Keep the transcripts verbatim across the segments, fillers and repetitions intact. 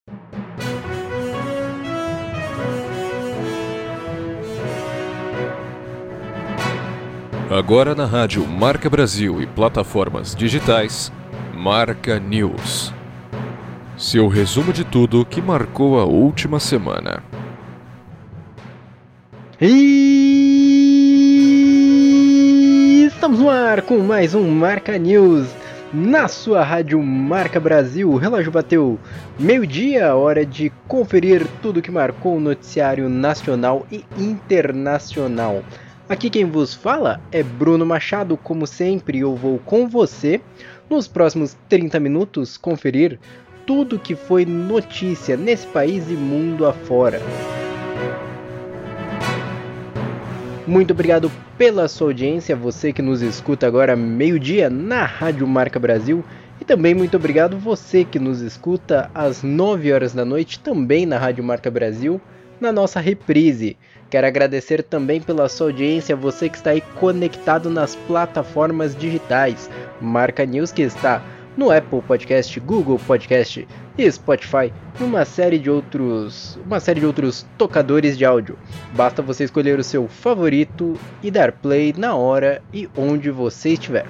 Agora na rádio Marca Brasil e plataformas digitais, Marca News. Seu resumo de tudo que marcou a última semana. E estamos no ar com mais um Marca News na sua rádio Marca Brasil. O relógio bateu meio-dia, hora de conferir tudo que marcou o noticiário nacional e internacional. Aqui quem vos fala é Bruno Machado. Como sempre, eu vou com você nos próximos trinta minutos conferir tudo que foi notícia nesse país e mundo afora. Muito obrigado pela sua audiência, você que nos escuta agora meio-dia na Rádio Marca Brasil, e também muito obrigado você que nos escuta às nove horas da noite também na Rádio Marca Brasil, na nossa reprise. Quero agradecer também pela sua audiência, você que está aí conectado nas plataformas digitais. Marca News que está no Apple Podcast, Google Podcast e Spotify e uma série de outros, uma série de outros tocadores de áudio. Basta você escolher o seu favorito e dar play na hora e onde você estiver.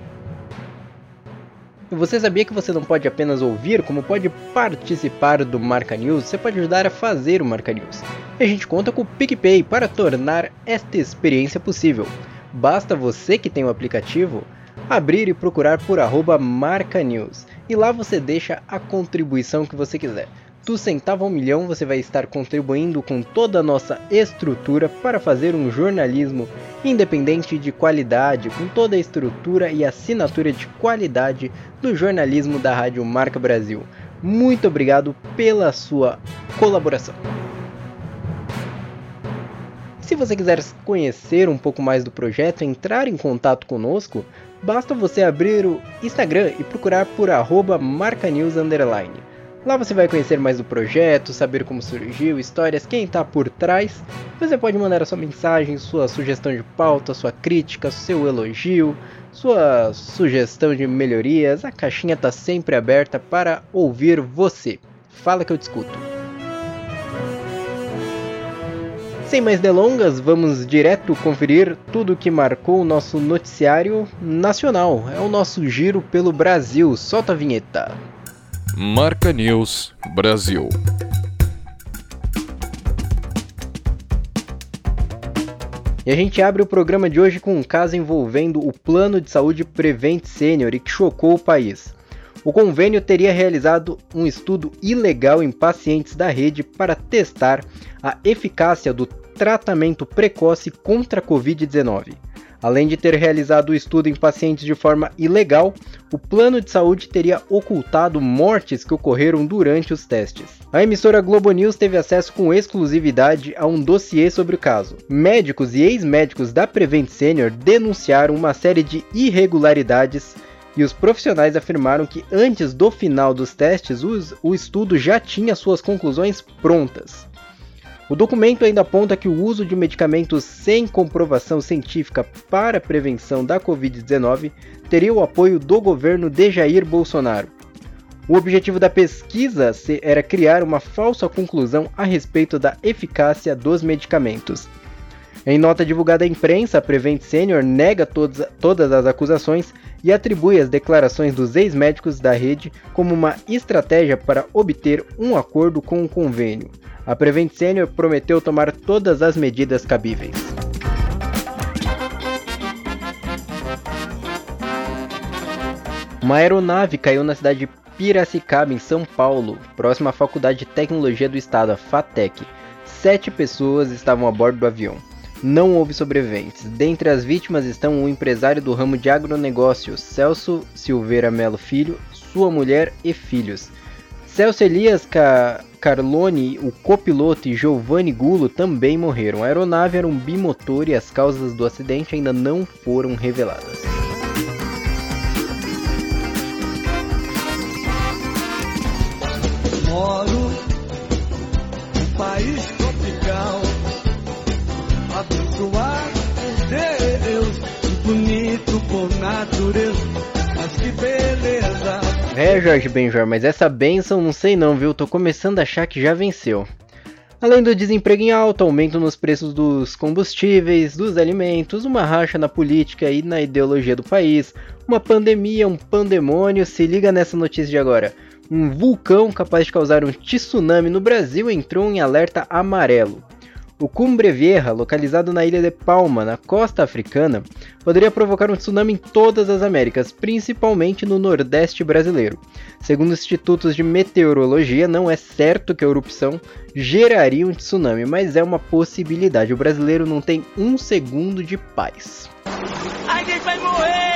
Você sabia que você não pode apenas ouvir, como pode participar do Marca News? Você pode ajudar a fazer o Marca News. E a gente conta com o PicPay para tornar esta experiência possível. Basta você que tem o aplicativo abrir e procurar por arroba Marca News. E lá você deixa a contribuição que você quiser. Do centavo ao milhão você vai estar contribuindo com toda a nossa estrutura para fazer um jornalismo independente de qualidade, com toda a estrutura e assinatura de qualidade do jornalismo da Rádio Marca Brasil. Muito obrigado pela sua colaboração. Se você quiser conhecer um pouco mais do projeto, entrar em contato conosco, basta você abrir o Instagram e procurar por arroba marcanews underline. Lá você vai conhecer mais do projeto, saber como surgiu, histórias, quem está por trás. Você pode mandar a sua mensagem, sua sugestão de pauta, sua crítica, seu elogio, sua sugestão de melhorias. A caixinha está sempre aberta para ouvir você. Fala que eu te escuto. Sem mais delongas, vamos direto conferir tudo que marcou o nosso noticiário nacional. É o nosso giro pelo Brasil. Solta a vinheta. Marca News Brasil. E a gente abre o programa de hoje com um caso envolvendo o Plano de Saúde Prevent Senior e que chocou o país. O convênio teria realizado um estudo ilegal em pacientes da rede para testar a eficácia do tratamento precoce contra a covid dezenove. Além de ter realizado o estudo em pacientes de forma ilegal, o plano de saúde teria ocultado mortes que ocorreram durante os testes. A emissora Globo News teve acesso com exclusividade a um dossiê sobre o caso. Médicos e ex-médicos da Prevent Senior denunciaram uma série de irregularidades e os profissionais afirmaram que antes do final dos testes, o estudo já tinha suas conclusões prontas. O documento ainda aponta que o uso de medicamentos sem comprovação científica para a prevenção da covid dezenove teria o apoio do governo de Jair Bolsonaro. O objetivo da pesquisa era criar uma falsa conclusão a respeito da eficácia dos medicamentos. Em nota divulgada à imprensa, a Prevent Senior nega todas, todas as acusações e atribui as declarações dos ex-médicos da rede como uma estratégia para obter um acordo com o convênio. A Prevent Senior prometeu tomar todas as medidas cabíveis. Uma aeronave caiu na cidade de Piracicaba, em São Paulo, próxima à Faculdade de Tecnologia do Estado, a FATEC. Sete pessoas estavam a bordo do avião. Não houve sobreviventes. Dentre as vítimas estão o empresário do ramo de agronegócio, Celso Silveira Melo Filho, sua mulher e filhos. Celso Elias Ca... Carlone, o copiloto, e Giovanni Gulo também morreram. A aeronave era um bimotor e as causas do acidente ainda não foram reveladas. Moro num país tropical, abençoado por Deus, bonito por natureza, mas que beleza. É, Jorge Benjor, mas essa bênção não sei não, viu? Tô começando a achar que já venceu. Além do desemprego em alta, aumento nos preços dos combustíveis, dos alimentos, uma racha na política e na ideologia do país, uma pandemia, um pandemônio, se liga nessa notícia de agora. Um vulcão capaz de causar um tsunami no Brasil entrou em alerta amarelo. O Cumbre Vieja, localizado na ilha de Palma, na costa africana, poderia provocar um tsunami em todas as Américas, principalmente no Nordeste brasileiro. Segundo institutos de meteorologia, não é certo que a erupção geraria um tsunami, mas é uma possibilidade. O brasileiro não tem um segundo de paz. A gente vai morrer!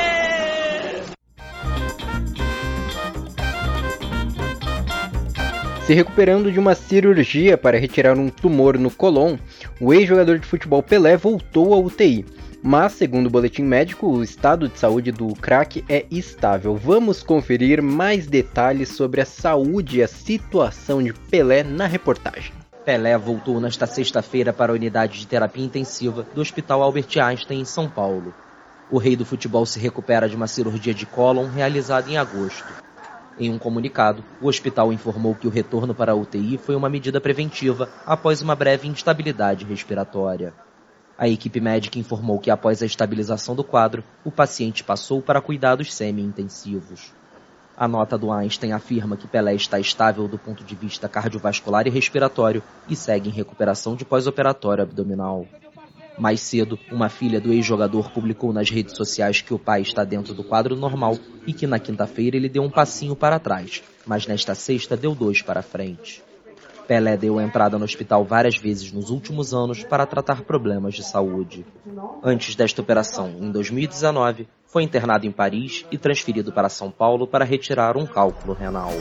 Se recuperando de uma cirurgia para retirar um tumor no cólon, o ex-jogador de futebol Pelé voltou à U T I. Mas, segundo o boletim médico, o estado de saúde do craque é estável. Vamos conferir mais detalhes sobre a saúde e a situação de Pelé na reportagem. Pelé voltou nesta sexta-feira para a unidade de terapia intensiva do Hospital Albert Einstein, em São Paulo. O rei do futebol se recupera de uma cirurgia de cólon realizada em agosto. Em um comunicado, o hospital informou que o retorno para a U T I foi uma medida preventiva após uma breve instabilidade respiratória. A equipe médica informou que após a estabilização do quadro, o paciente passou para cuidados semi-intensivos. A nota do Einstein afirma que Pelé está estável do ponto de vista cardiovascular e respiratório e segue em recuperação de pós-operatório abdominal. Mais cedo, uma filha do ex-jogador publicou nas redes sociais que o pai está dentro do quadro normal e que na quinta-feira ele deu um passinho para trás, mas nesta sexta deu dois para frente. Pelé deu entrada no hospital várias vezes nos últimos anos para tratar problemas de saúde. Antes desta operação, em dois mil e dezenove, foi internado em Paris e transferido para São Paulo para retirar um cálculo renal.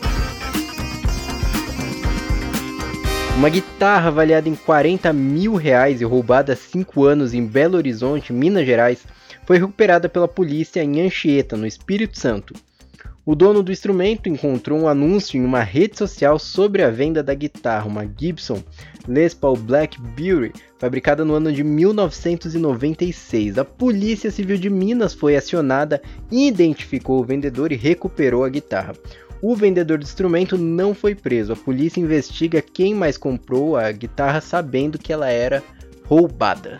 Uma guitarra avaliada em quarenta mil reais e roubada há cinco anos em Belo Horizonte, Minas Gerais, foi recuperada pela polícia em Anchieta, no Espírito Santo. O dono do instrumento encontrou um anúncio em uma rede social sobre a venda da guitarra, uma Gibson Les Paul Black Beauty, fabricada no ano de mil novecentos e noventa e seis. A Polícia Civil de Minas foi acionada, identificou o vendedor e recuperou a guitarra. O vendedor do instrumento não foi preso. A polícia investiga quem mais comprou a guitarra sabendo que ela era roubada.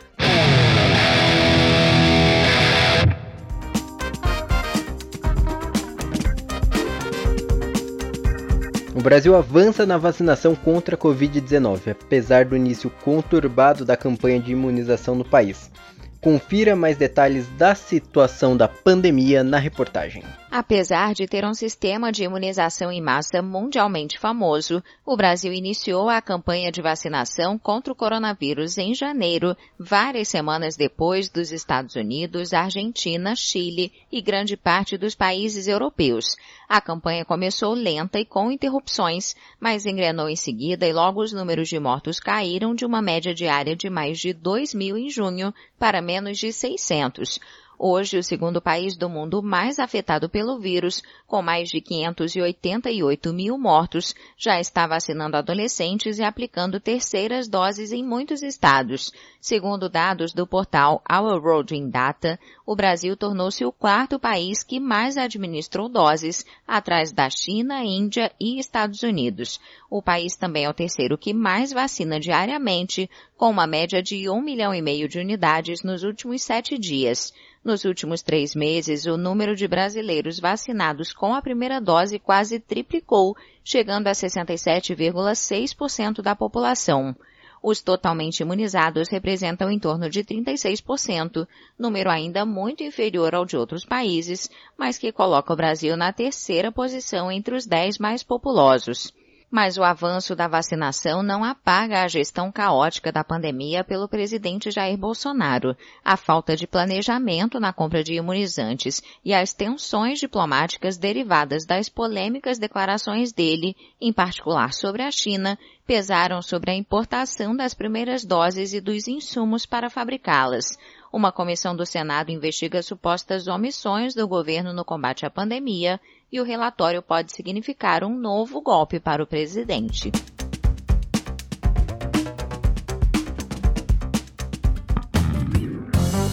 O Brasil avança na vacinação contra a covid dezenove, apesar do início conturbado da campanha de imunização no país. Confira mais detalhes da situação da pandemia na reportagem. Apesar de ter um sistema de imunização em massa mundialmente famoso, o Brasil iniciou a campanha de vacinação contra o coronavírus em janeiro, várias semanas depois dos Estados Unidos, Argentina, Chile e grande parte dos países europeus. A campanha começou lenta e com interrupções, mas engrenou em seguida e logo os números de mortos caíram de uma média diária de mais de dois mil em junho para menos de seiscentos. Hoje, o segundo país do mundo mais afetado pelo vírus, com mais de quinhentos e oitenta e oito mil mortos, já está vacinando adolescentes e aplicando terceiras doses em muitos estados. Segundo dados do portal Our Road in Data, o Brasil tornou-se o quarto país que mais administrou doses, atrás da China, Índia e Estados Unidos. O país também é o terceiro que mais vacina diariamente, com uma média de um milhão e meio de unidades nos últimos sete dias. Nos últimos três meses, o número de brasileiros vacinados com a primeira dose quase triplicou, chegando a sessenta e sete vírgula seis por cento da população. Os totalmente imunizados representam em torno de trinta e seis por cento, número ainda muito inferior ao de outros países, mas que coloca o Brasil na terceira posição entre os dez mais populosos. Mas o avanço da vacinação não apaga a gestão caótica da pandemia pelo presidente Jair Bolsonaro, a falta de planejamento na compra de imunizantes e as tensões diplomáticas derivadas das polêmicas declarações dele, em particular sobre a China, pesaram sobre a importação das primeiras doses e dos insumos para fabricá-las. Uma comissão do Senado investiga supostas omissões do governo no combate à pandemia e o relatório pode significar um novo golpe para o presidente.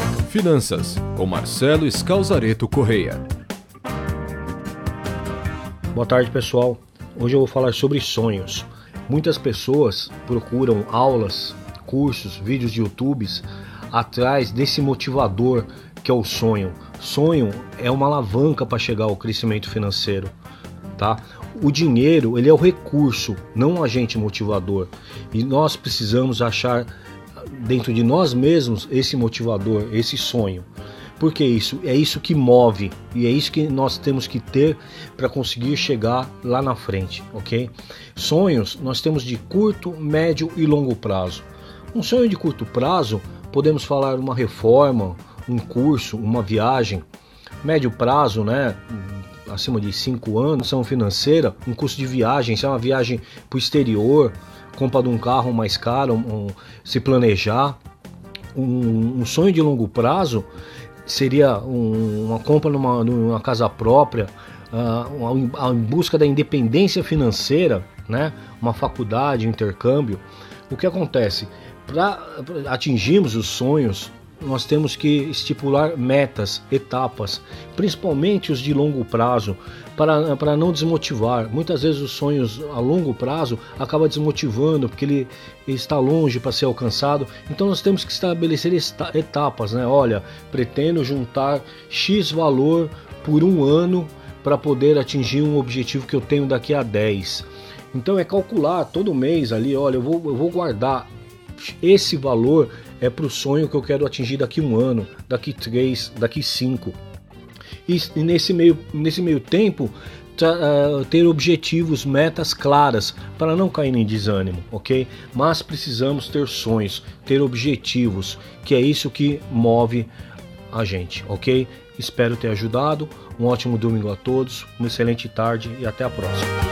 Finanças, com Marcelo Scalzareto Correia. Boa tarde, pessoal. Hoje eu vou falar sobre sonhos. Muitas pessoas procuram aulas, cursos, vídeos de YouTube atrás desse motivador que é o sonho. Sonho é uma alavanca para chegar ao crescimento financeiro, tá? O dinheiro, ele é o recurso, não um agente motivador. E nós precisamos achar dentro de nós mesmos esse motivador, esse sonho. Porque isso é isso que move e é isso que nós temos que ter para conseguir chegar lá na frente, ok? Sonhos nós temos de curto, médio e longo prazo. Um sonho de curto prazo, podemos falar uma reforma, um curso, uma viagem. Médio prazo, né? Acima de cinco anos, ação financeira, um custo de viagem, se é uma viagem para o exterior, compra de um carro mais caro, um, se planejar. Um, um sonho de longo prazo seria um, uma compra numa, numa casa própria, uh, uma, em busca da independência financeira, né? Uma faculdade, um intercâmbio. O que acontece? Para atingirmos os sonhos, nós temos que estipular metas, etapas, principalmente os de longo prazo, para, para não desmotivar. Muitas vezes os sonhos a longo prazo acabam desmotivando, porque ele, ele está longe para ser alcançado. Então nós temos que estabelecer etapas, né? Olha, pretendo juntar X valor por um ano para poder atingir um objetivo que eu tenho daqui a dez. Então é calcular todo mês ali, olha, eu vou, eu vou guardar esse valor é para o sonho que eu quero atingir daqui um ano, daqui três, daqui cinco. E, e nesse, meio, nesse meio tempo, tra, uh, ter objetivos, metas claras, para não cair em desânimo, ok? Mas precisamos ter sonhos, ter objetivos, que é isso que move a gente, ok? Espero ter ajudado. Um ótimo domingo a todos, uma excelente tarde e até a próxima.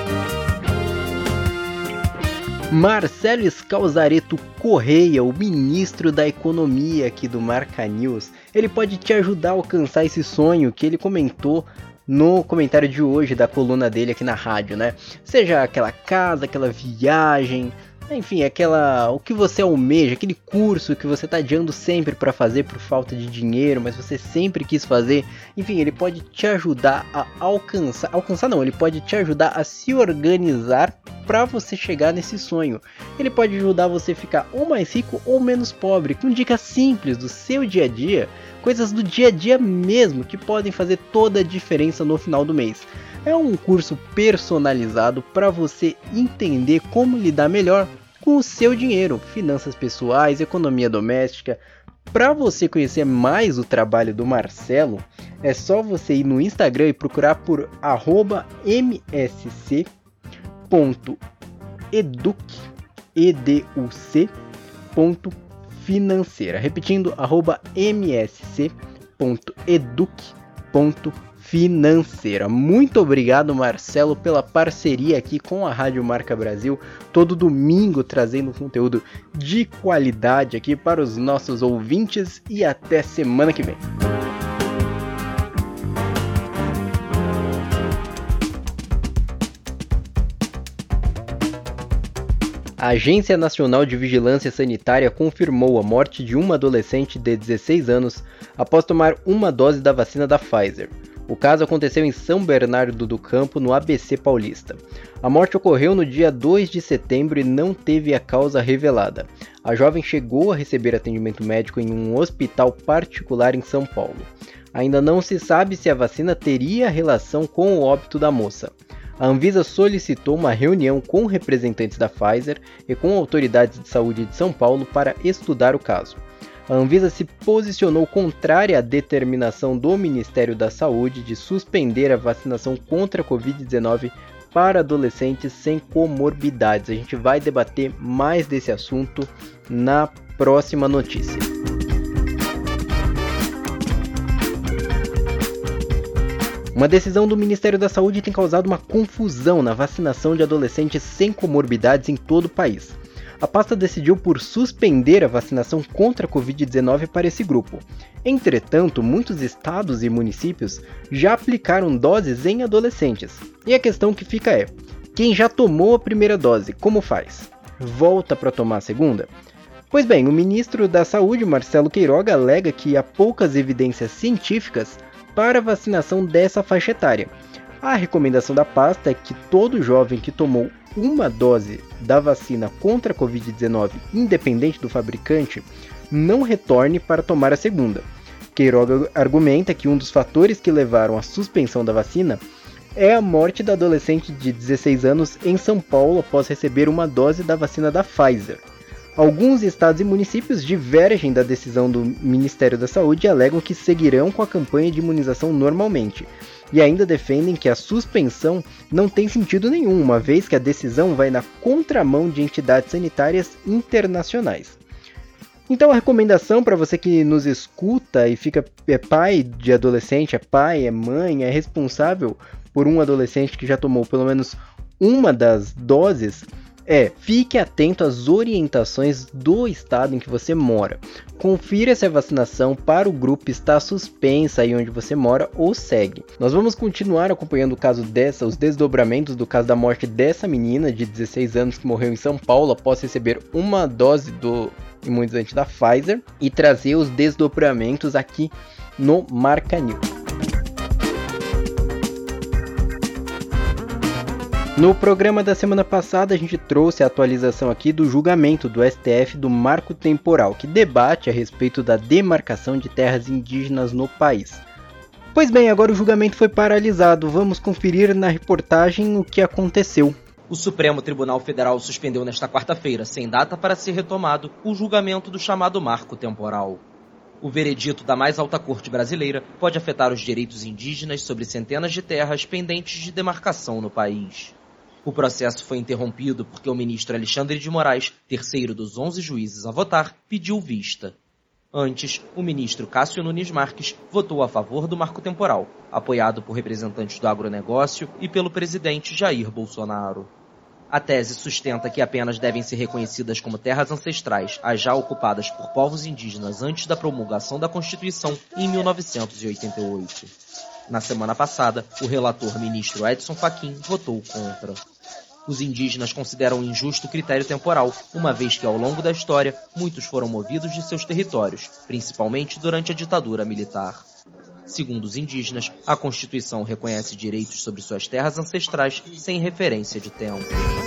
Marcelo Scalzareto Correia, o ministro da Economia aqui do Marca News, ele pode te ajudar a alcançar esse sonho que ele comentou no comentário de hoje da coluna dele aqui na rádio, né? Seja aquela casa, aquela viagem, enfim, aquela, o que você almeja, aquele curso que você está adiando sempre para fazer por falta de dinheiro, mas você sempre quis fazer. Enfim, ele pode te ajudar a alcançar, alcançar não, ele pode te ajudar a se organizar para você chegar nesse sonho. Ele pode ajudar você a ficar ou mais rico ou menos pobre, com dicas simples do seu dia a dia, coisas do dia a dia mesmo, que podem fazer toda a diferença no final do mês. É um curso personalizado para você entender como lidar melhor com o seu dinheiro, finanças pessoais, economia doméstica. Para você conhecer mais o trabalho do Marcelo, é só você ir no Instagram e procurar por arroba msc ponto educ, E D U C ponto financeira. Repetindo, arroba msc ponto educ ponto financeira. Muito obrigado, Marcelo, pela parceria aqui com a Rádio Marca Brasil, todo domingo trazendo conteúdo de qualidade aqui para os nossos ouvintes, e até semana que vem. A Agência Nacional de Vigilância Sanitária confirmou a morte de uma adolescente de dezesseis anos após tomar uma dose da vacina da Pfizer. O caso aconteceu em São Bernardo do Campo, no A B C Paulista. A morte ocorreu no dia dois de setembro e não teve a causa revelada. A jovem chegou a receber atendimento médico em um hospital particular em São Paulo. Ainda não se sabe se a vacina teria relação com o óbito da moça. A Anvisa solicitou uma reunião com representantes da Pfizer e com autoridades de saúde de São Paulo para estudar o caso. A Anvisa se posicionou contrária à determinação do Ministério da Saúde de suspender a vacinação contra a covid dezenove para adolescentes sem comorbidades. A gente vai debater mais desse assunto na próxima notícia. Uma decisão do Ministério da Saúde tem causado uma confusão na vacinação de adolescentes sem comorbidades em todo o país. A pasta decidiu por suspender a vacinação contra a covid dezenove para esse grupo. Entretanto, muitos estados e municípios já aplicaram doses em adolescentes. E a questão que fica é, quem já tomou a primeira dose, como faz? Volta para tomar a segunda? Pois bem, o ministro da Saúde, Marcelo Queiroga, alega que há poucas evidências científicas para a vacinação dessa faixa etária. A recomendação da pasta é que todo jovem que tomou uma dose da vacina contra a covid dezenove, independente do fabricante, não retorne para tomar a segunda. Queiroga argumenta que um dos fatores que levaram à suspensão da vacina é a morte da adolescente de dezesseis anos em São Paulo após receber uma dose da vacina da Pfizer. Alguns estados e municípios divergem da decisão do Ministério da Saúde e alegam que seguirão com a campanha de imunização normalmente, e ainda defendem que a suspensão não tem sentido nenhum, uma vez que a decisão vai na contramão de entidades sanitárias internacionais. Então a recomendação para você que nos escuta e fica é pai de adolescente, é pai, é mãe, é responsável por um adolescente que já tomou pelo menos uma das doses, é, fique atento às orientações do estado em que você mora. Confira se a vacinação para o grupo está suspensa aí onde você mora ou segue. Nós vamos continuar acompanhando o caso dessa, os desdobramentos do caso da morte dessa menina de dezesseis anos que morreu em São Paulo após receber uma dose do imunizante da Pfizer e trazer os desdobramentos aqui no Marca News. No programa da semana passada, a gente trouxe a atualização aqui do julgamento do S T F do Marco Temporal, que debate a respeito da demarcação de terras indígenas no país. Pois bem, agora o julgamento foi paralisado. Vamos conferir na reportagem o que aconteceu. O Supremo Tribunal Federal suspendeu nesta quarta-feira, sem data para ser retomado, o julgamento do chamado Marco Temporal. O veredito da mais alta corte brasileira pode afetar os direitos indígenas sobre centenas de terras pendentes de demarcação no país. O processo foi interrompido porque o ministro Alexandre de Moraes, terceiro dos onze juízes a votar, pediu vista. Antes, o ministro Cássio Nunes Marques votou a favor do marco temporal, apoiado por representantes do agronegócio e pelo presidente Jair Bolsonaro. A tese sustenta que apenas devem ser reconhecidas como terras ancestrais as já ocupadas por povos indígenas antes da promulgação da Constituição em mil novecentos e oitenta e oito. Na semana passada, o relator ministro Edson Fachin votou contra. Os indígenas consideram injusto o critério temporal, uma vez que ao longo da história, muitos foram movidos de seus territórios, principalmente durante a ditadura militar. Segundo os indígenas, a Constituição reconhece direitos sobre suas terras ancestrais sem referência de tempo.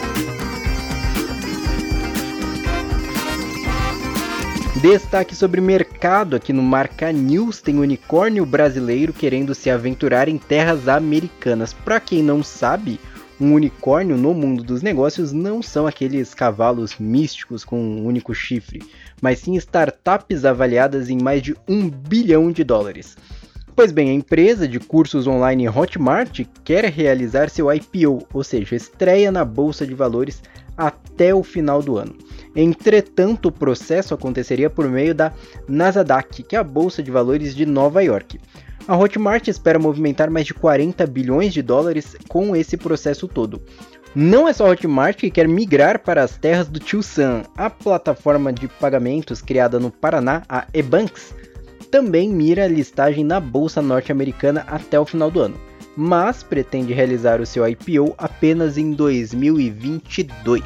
Destaque sobre mercado aqui no Marca News, tem unicórnio brasileiro querendo se aventurar em terras americanas. Para quem não sabe, um unicórnio no mundo dos negócios não são aqueles cavalos místicos com um único chifre, mas sim startups avaliadas em mais de um bilhão de dólares. Pois bem, a empresa de cursos online Hotmart quer realizar seu I P O, ou seja, estreia na Bolsa de Valores até o final do ano. Entretanto, o processo aconteceria por meio da Nasdaq, que é a Bolsa de Valores de Nova York. A Hotmart espera movimentar mais de quarenta bilhões de dólares com esse processo todo. Não é só a Hotmart que quer migrar para as terras do Tio Sam. A plataforma de pagamentos criada no Paraná, a eBanks, também mira a listagem na Bolsa norte-americana até o final do ano, mas pretende realizar o seu I P O apenas em dois mil e vinte e dois.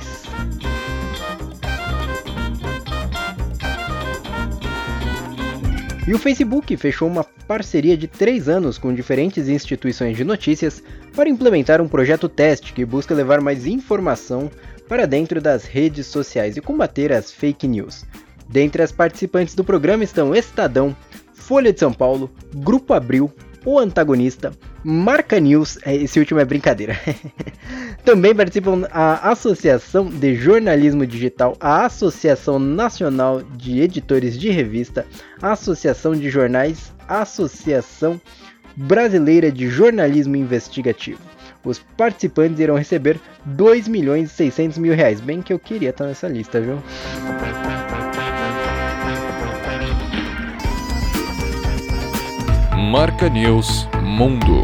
E o Facebook fechou uma parceria de três anos com diferentes instituições de notícias para implementar um projeto teste que busca levar mais informação para dentro das redes sociais e combater as fake news. Dentre as participantes do programa estão Estadão, Folha de São Paulo, Grupo Abril, O Antagonista, Marca News, esse último é brincadeira. Também participam a Associação de Jornalismo Digital, a Associação Nacional de Editores de Revista, a Associação de Jornais, a Associação Brasileira de Jornalismo Investigativo. Os participantes irão receber dois milhões e seiscentos mil reais, bem que eu queria estar nessa lista, viu? Marca News Mundo.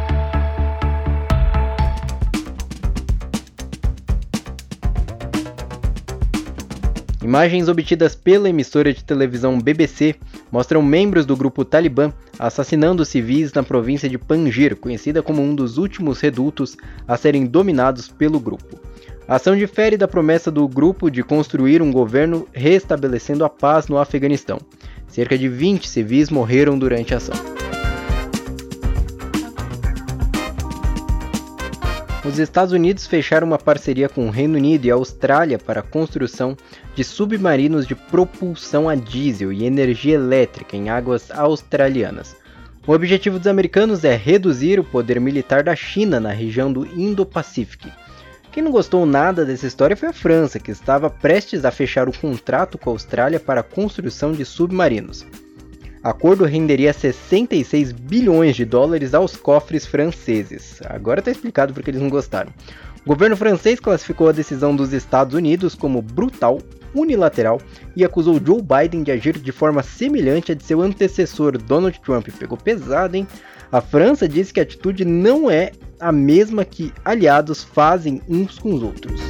Imagens obtidas pela emissora de televisão B B C mostram membros do grupo Talibã assassinando civis na província de Panjshir, conhecida como um dos últimos redutos a serem dominados pelo grupo. A ação difere da promessa do grupo de construir um governo restabelecendo a paz no Afeganistão. Cerca de vinte civis morreram durante a ação. Os Estados Unidos fecharam uma parceria com o Reino Unido e a Austrália para a construção de submarinos de propulsão a diesel e energia elétrica em águas australianas. O objetivo dos americanos é reduzir o poder militar da China na região do Indo-Pacífico. Quem não gostou nada dessa história foi a França, que estava prestes a fechar o contrato com a Austrália para a construção de submarinos. O acordo renderia sessenta e seis bilhões de dólares aos cofres franceses. Agora está explicado porque eles não gostaram. O governo francês classificou a decisão dos Estados Unidos como brutal, unilateral e acusou Joe Biden de agir de forma semelhante à de seu antecessor Donald Trump. Pegou pesado, hein? A França disse que a atitude não é a mesma que aliados fazem uns com os outros.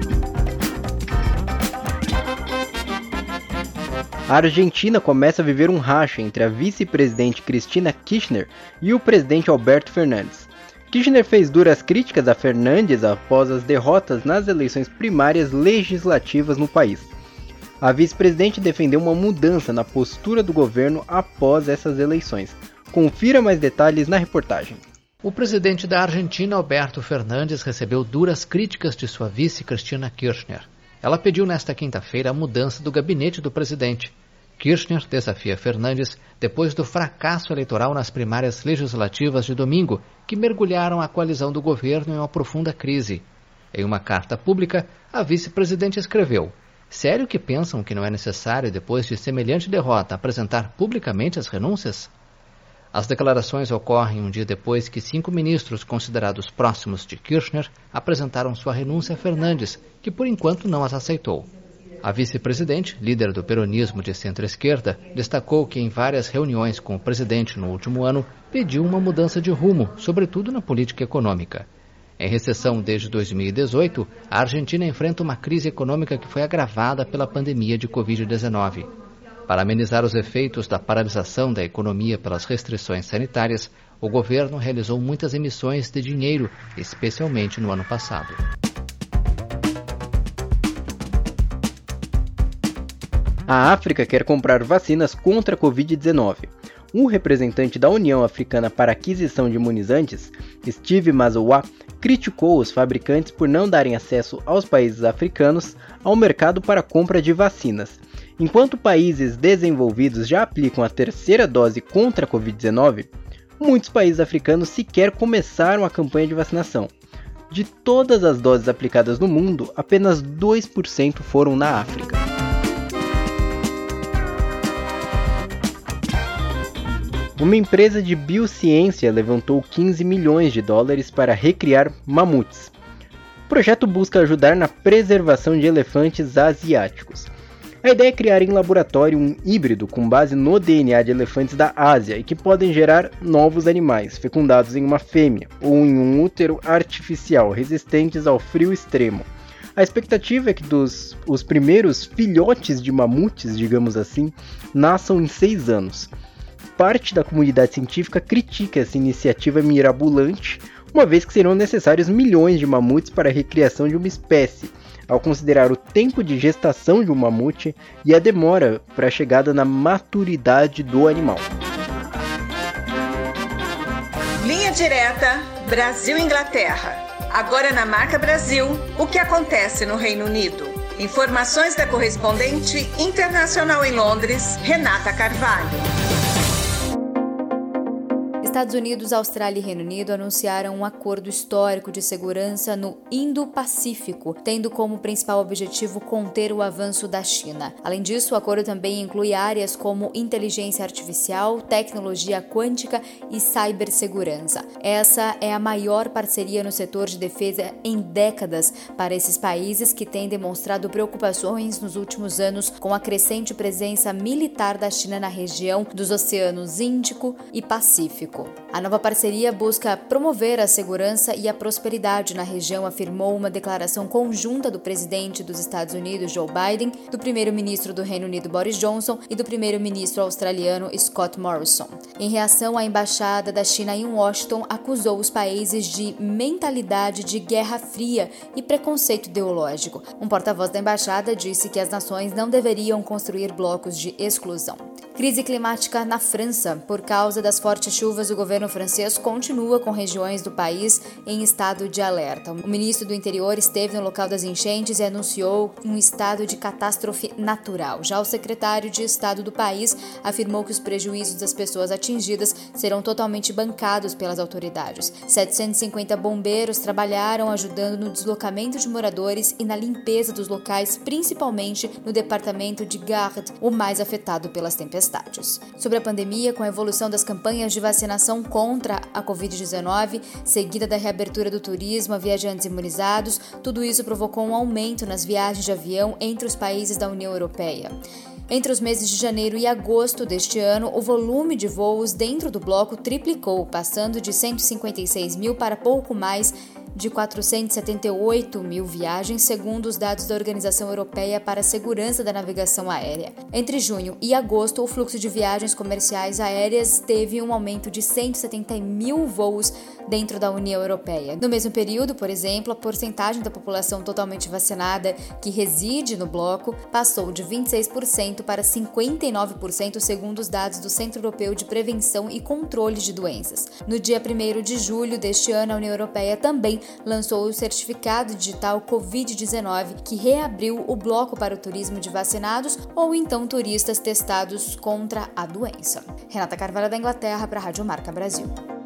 A Argentina começa a viver um racha entre a vice-presidente Cristina Kirchner e o presidente Alberto Fernandes. Kirchner fez duras críticas a Fernandes após as derrotas nas eleições primárias legislativas no país. A vice-presidente defendeu uma mudança na postura do governo após essas eleições. Confira mais detalhes na reportagem. O presidente da Argentina, Alberto Fernandes, recebeu duras críticas de sua vice Cristina Kirchner. Ela pediu nesta quinta-feira a mudança do gabinete do presidente. Kirchner desafia Fernandes depois do fracasso eleitoral nas primárias legislativas de domingo, que mergulharam a coalizão do governo em uma profunda crise. Em uma carta pública, a vice-presidente escreveu: "Sério que pensam que não é necessário, depois de semelhante derrota, apresentar publicamente as renúncias?" As declarações ocorrem um dia depois que cinco ministros considerados próximos de Kirchner apresentaram sua renúncia a Fernandes, que por enquanto não as aceitou. A vice-presidente, líder do peronismo de centro-esquerda, destacou que em várias reuniões com o presidente no último ano pediu uma mudança de rumo, sobretudo na política econômica. Em recessão desde dois mil e dezoito, a Argentina enfrenta uma crise econômica que foi agravada pela pandemia de covid dezenove. Para amenizar os efeitos da paralisação da economia pelas restrições sanitárias, o governo realizou muitas emissões de dinheiro, especialmente no ano passado. A África quer comprar vacinas contra a covid dezenove. Um representante da União Africana para a Aquisição de Imunizantes, Steve Mazoua, criticou os fabricantes por não darem acesso aos países africanos ao mercado para a compra de vacinas. Enquanto países desenvolvidos já aplicam a terceira dose contra a covid dezenove, muitos países africanos sequer começaram a campanha de vacinação. De todas as doses aplicadas no mundo, apenas dois por cento foram na África. Uma empresa de biociência levantou quinze milhões de dólares para recriar mamutes. O projeto busca ajudar na preservação de elefantes asiáticos. A ideia é criar em laboratório um híbrido com base no D N A de elefantes da Ásia e que podem gerar novos animais, fecundados em uma fêmea ou em um útero artificial, resistentes ao frio extremo. A expectativa é que dos, os primeiros filhotes de mamutes, digamos assim, nasçam em seis anos. Parte da comunidade científica critica essa iniciativa mirabolante, uma vez que serão necessários milhões de mamutes para a recriação de uma espécie, ao considerar o tempo de gestação de um mamute e a demora para a chegada na maturidade do animal. Linha direta Brasil-Inglaterra. Agora na Marca Brasil, o que acontece no Reino Unido? Informações da correspondente internacional em Londres, Renata Carvalho. Estados Unidos, Austrália e Reino Unido anunciaram um acordo histórico de segurança no Indo-Pacífico, tendo como principal objetivo conter o avanço da China. Além disso, o acordo também inclui áreas como inteligência artificial, tecnologia quântica e cibersegurança. Essa é a maior parceria no setor de defesa em décadas para esses países que têm demonstrado preocupações nos últimos anos com a crescente presença militar da China na região dos oceanos Índico e Pacífico. A nova parceria busca promover a segurança e a prosperidade na região, afirmou uma declaração conjunta do presidente dos Estados Unidos, Joe Biden, do primeiro-ministro do Reino Unido, Boris Johnson, e do primeiro-ministro australiano, Scott Morrison. Em reação, a embaixada da China em Washington acusou os países de mentalidade de guerra fria e preconceito ideológico. Um porta-voz da embaixada disse que as nações não deveriam construir blocos de exclusão. Crise climática na França. Por causa das fortes chuvas mas o governo francês continua com regiões do país em estado de alerta. O ministro do Interior esteve no local das enchentes e anunciou um estado de catástrofe natural. Já o secretário de Estado do país afirmou que os prejuízos das pessoas atingidas serão totalmente bancados pelas autoridades. setecentos e cinquenta bombeiros trabalharam ajudando no deslocamento de moradores e na limpeza dos locais, principalmente no departamento de Gard, o mais afetado pelas tempestades. Sobre a pandemia, com a evolução das campanhas de vacinação contra a covid dezenove, seguida da reabertura do turismo a viajantes imunizados, tudo isso provocou um aumento nas viagens de avião entre os países da União Europeia. Entre os meses de janeiro e agosto deste ano, o volume de voos dentro do bloco triplicou, passando de cento e cinquenta e seis mil para pouco mais de quatrocentos e setenta e oito mil viagens, segundo os dados da Organização Europeia para a Segurança da Navegação Aérea. Entre junho e agosto, o fluxo de viagens comerciais aéreas teve um aumento de cento e setenta mil voos dentro da União Europeia. No mesmo período, por exemplo, a porcentagem da população totalmente vacinada que reside no bloco passou de vinte e seis por cento para cinquenta e nove por cento, segundo os dados do Centro Europeu de Prevenção e Controle de Doenças. No dia primeiro de julho deste ano, a União Europeia também lançou o certificado digital covid dezenove, que reabriu o bloco para o turismo de vacinados ou então turistas testados contra a doença. Renata Carvalho, da Inglaterra, para a Rádio Marca Brasil.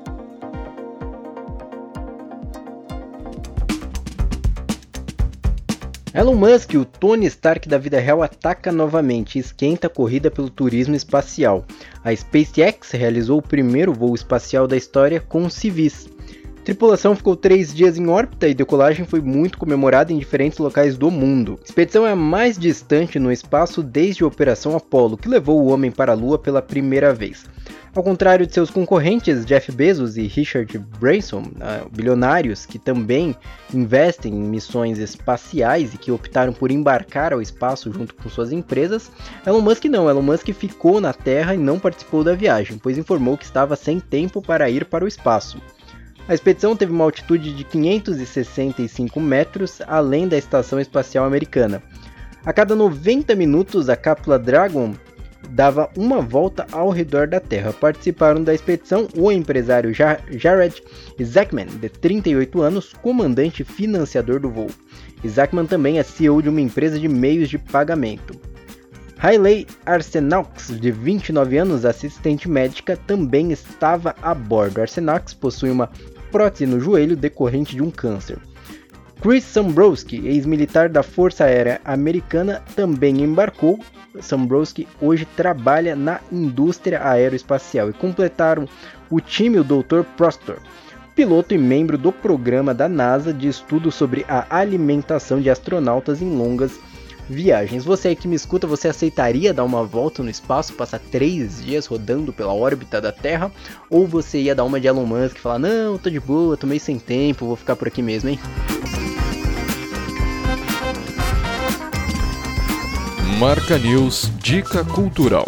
Elon Musk, o Tony Stark da vida real, ataca novamente e esquenta a corrida pelo turismo espacial. A SpaceX realizou o primeiro voo espacial da história com civis. A tripulação ficou três dias em órbita e a decolagem foi muito comemorada em diferentes locais do mundo. A expedição é a mais distante no espaço desde a Operação Apollo, que levou o homem para a Lua pela primeira vez. Ao contrário de seus concorrentes Jeff Bezos e Richard Branson, uh, bilionários que também investem em missões espaciais e que optaram por embarcar ao espaço junto com suas empresas, Elon Musk não. Elon Musk ficou na Terra e não participou da viagem, pois informou que estava sem tempo para ir para o espaço. A expedição teve uma altitude de quinhentos e sessenta e cinco metros, além da Estação Espacial Americana. A cada noventa minutos, a cápsula Dragon dava uma volta ao redor da Terra. Participaram da expedição o empresário Jared Isaacman, de trinta e oito anos, comandante e financiador do voo. Isaacman também é C E O de uma empresa de meios de pagamento. Hayley Arsenault, de vinte e nove anos, assistente médica, também estava a bordo. Arsenault possui uma prótese no joelho decorrente de um câncer. Chris Sambrowski, ex-militar da Força Aérea Americana, também embarcou. Sambrowski hoje trabalha na indústria aeroespacial e completaram o time o doutor Prostor, piloto e membro do programa da NASA de estudo sobre a alimentação de astronautas em longas viagens. Você aí que me escuta, você aceitaria dar uma volta no espaço, passar três dias rodando pela órbita da Terra? Ou você ia dar uma de Elon Musk e falar, não, tô de boa, tô meio sem tempo, vou ficar por aqui mesmo, hein? Marca News Dica Cultural.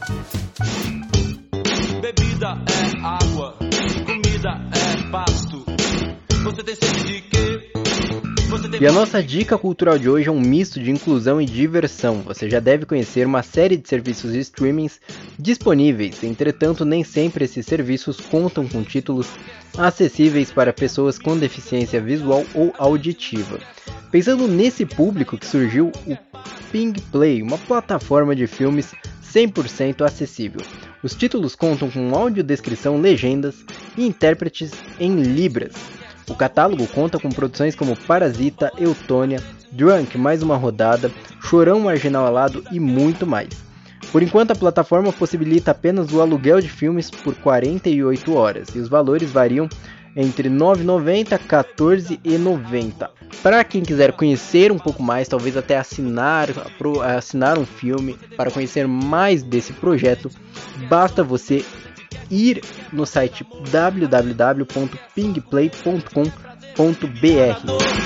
Bebida é água, comida é pasto. Você tem sede de quê? Você tem... E a nossa dica cultural de hoje é um misto de inclusão e diversão. Você já deve conhecer uma série de serviços de streamings disponíveis, entretanto nem sempre esses serviços contam com títulos acessíveis para pessoas com deficiência visual ou auditiva. Pensando nesse público que surgiu o PingPlay, uma plataforma de filmes cem por cento acessível. Os títulos contam com audiodescrição, legendas e intérpretes em libras. O catálogo conta com produções como Parasita, Eutônia, Drunk, Mais Uma Rodada, Chorão Marginal Alado e muito mais. Por enquanto, a plataforma possibilita apenas o aluguel de filmes por quarenta e oito horas e os valores variam entre nove reais e noventa centavos e quatorze reais e noventa centavos. Para quem quiser conhecer um pouco mais, talvez até assinar, assinar um filme para conhecer mais desse projeto, basta você ir no site w w w ponto pingplay ponto com ponto b r.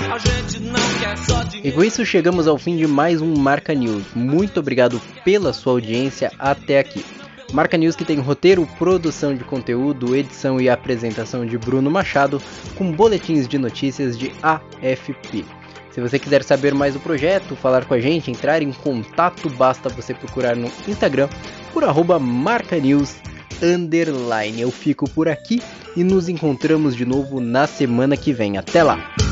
E com isso chegamos ao fim de mais um Marca News. Muito obrigado pela sua audiência até aqui. Marca News que tem roteiro, produção de conteúdo, edição e apresentação de Bruno Machado, com boletins de notícias de A F P. Se você quiser saber mais do projeto, falar com a gente, entrar em contato, basta você procurar no Instagram por arroba Marca News underline. Eu fico por aqui e nos encontramos de novo na semana que vem. Até lá!